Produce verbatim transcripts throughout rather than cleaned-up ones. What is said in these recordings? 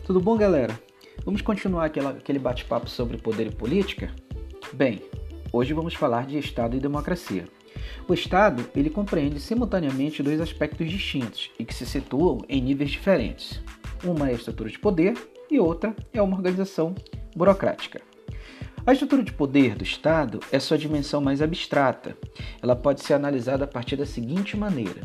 Tudo bom, galera? Vamos continuar aquela, aquele bate-papo sobre poder e política? Bem, hoje vamos falar de Estado e democracia. O Estado, ele compreende simultaneamente dois aspectos distintos e que se situam em níveis diferentes. Uma é a estrutura de poder e outra é uma organização burocrática. A estrutura de poder do Estado é sua dimensão mais abstrata. Ela pode ser analisada a partir da seguinte maneira.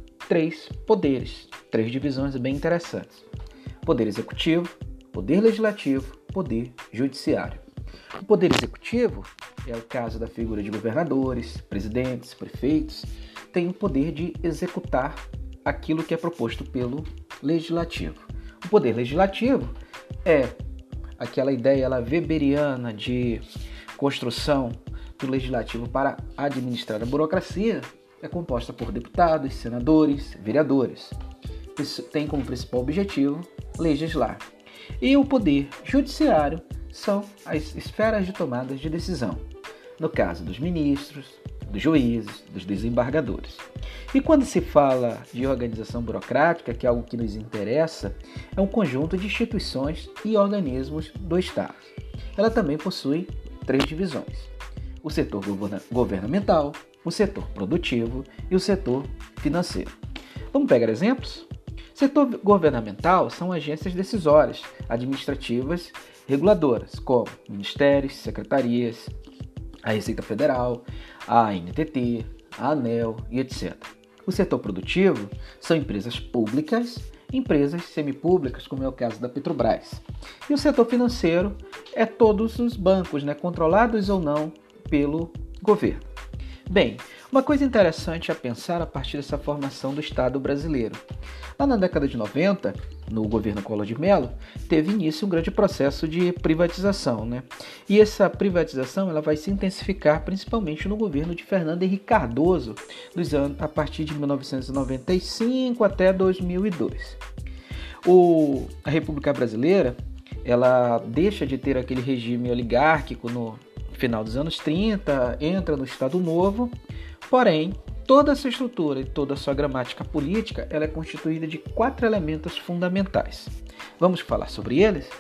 Três poderes, três divisões bem interessantes. Poder executivo, poder legislativo, poder judiciário. O poder executivo é o caso da figura de governadores, presidentes, prefeitos, tem o poder de executar aquilo que é proposto pelo legislativo. O poder legislativo é aquela ideia lá weberiana de construção do legislativo para administrar a burocracia, é composta por deputados, senadores, vereadores. Isso tem como principal objetivo legislar. E o poder judiciário são as esferas de tomada de decisão, no caso dos ministros, dos juízes, dos desembargadores. E quando se fala de organização burocrática, que é algo que nos interessa, é um conjunto de instituições e organismos do Estado. Ela também possui três divisões: o setor governamental, o setor produtivo e o setor financeiro. Vamos pegar exemplos? Setor governamental são agências decisórias, administrativas, reguladoras, como ministérios, secretarias, a Receita Federal, a A N T T, a ANEEL e etcétera. O setor produtivo são empresas públicas, empresas semipúblicas, como é o caso da Petrobras. E o setor financeiro é todos os bancos, né, controlados ou não pelo governo. Bem, uma coisa interessante a pensar a partir dessa formação do Estado brasileiro. Lá na década de noventa, no governo Collor de Mello, teve início um grande processo de privatização, né? E essa privatização ela vai se intensificar principalmente no governo de Fernando Henrique Cardoso, dos anos, a partir de mil novecentos e noventa e cinco até dois mil e dois. O, a República Brasileira ela deixa de ter aquele regime oligárquico no final dos anos trinta, entra no Estado Novo, porém, toda essa estrutura e toda a sua gramática política ela é constituída de quatro elementos fundamentais. Vamos falar sobre eles?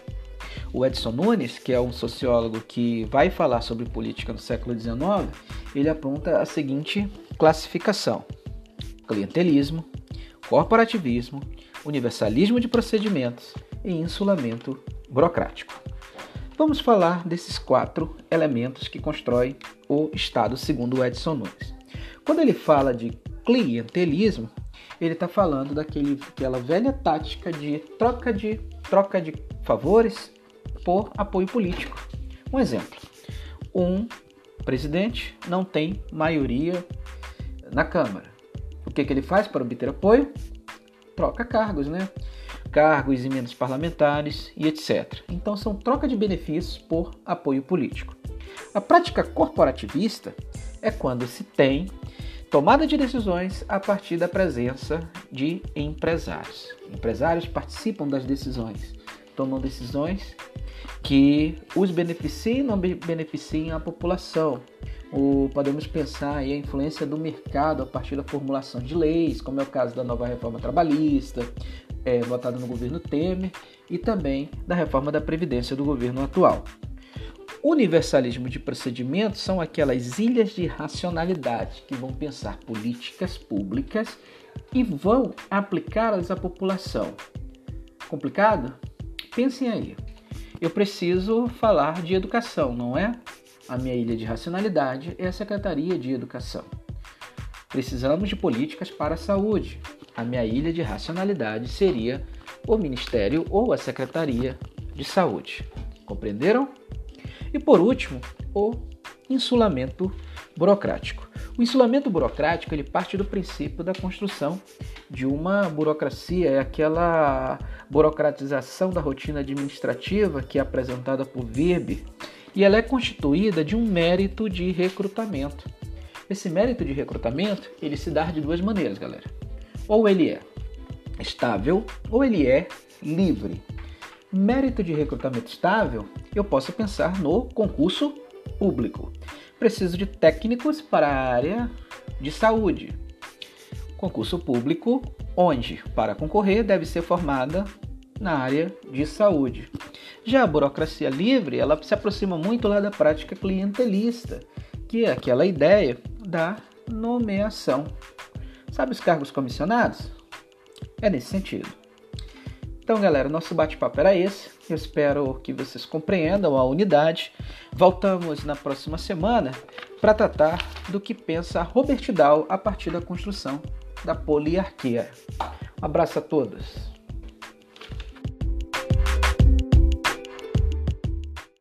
O Edson Nunes, que é um sociólogo que vai falar sobre política no século dezenove, ele aponta a seguinte classificação: clientelismo, corporativismo, universalismo de procedimentos e insulamento burocrático. Vamos falar desses quatro elementos que constroem o Estado segundo o Edson Nunes. Quando ele fala de clientelismo, ele está falando daquela velha tática de troca, de troca de favores por apoio político. Um exemplo, um presidente não tem maioria na Câmara. O que, que ele faz para obter apoio? Troca cargos, né? Cargos, emendas parlamentares e etcétera. Então são troca de benefícios por apoio político. A prática corporativista é quando se tem tomada de decisões a partir da presença de empresários. Empresários participam das decisões, tomam decisões que os beneficiem ou não beneficiem a população. Ou podemos pensar aí a influência do mercado a partir da formulação de leis, como é o caso da nova reforma trabalhista, é, votada no governo Temer, e também da reforma da Previdência do governo atual. Universalismo de procedimentos são aquelas ilhas de racionalidade que vão pensar políticas públicas e vão aplicá-las à população. Complicado? Pensem aí. Eu preciso falar de educação, não é? A minha ilha de racionalidade é a Secretaria de Educação. Precisamos de políticas para a saúde. A minha ilha de racionalidade seria o Ministério ou a Secretaria de Saúde. Compreenderam? E por último, o insulamento burocrático. O insulamento burocrático ele parte do princípio da construção de uma burocracia, é aquela burocratização da rotina administrativa que é apresentada por Weber, e ela é constituída de um mérito de recrutamento. Esse mérito de recrutamento ele se dá de duas maneiras, galera. Ou ele é estável ou ele é livre. Mérito de recrutamento estável, eu posso pensar no concurso público. Preciso de técnicos para a área de saúde. Concurso público, onde, para concorrer, deve ser formada na área de saúde. Já a burocracia livre, ela se aproxima muito lá da prática clientelista, que é aquela ideia da nomeação. Sabe os cargos comissionados? É nesse sentido. Então, galera, nosso bate-papo era esse. Eu espero que vocês compreendam a unidade. Voltamos na próxima semana para tratar do que pensa Robert Dahl a partir da construção da poliarquia. Um abraço a todos.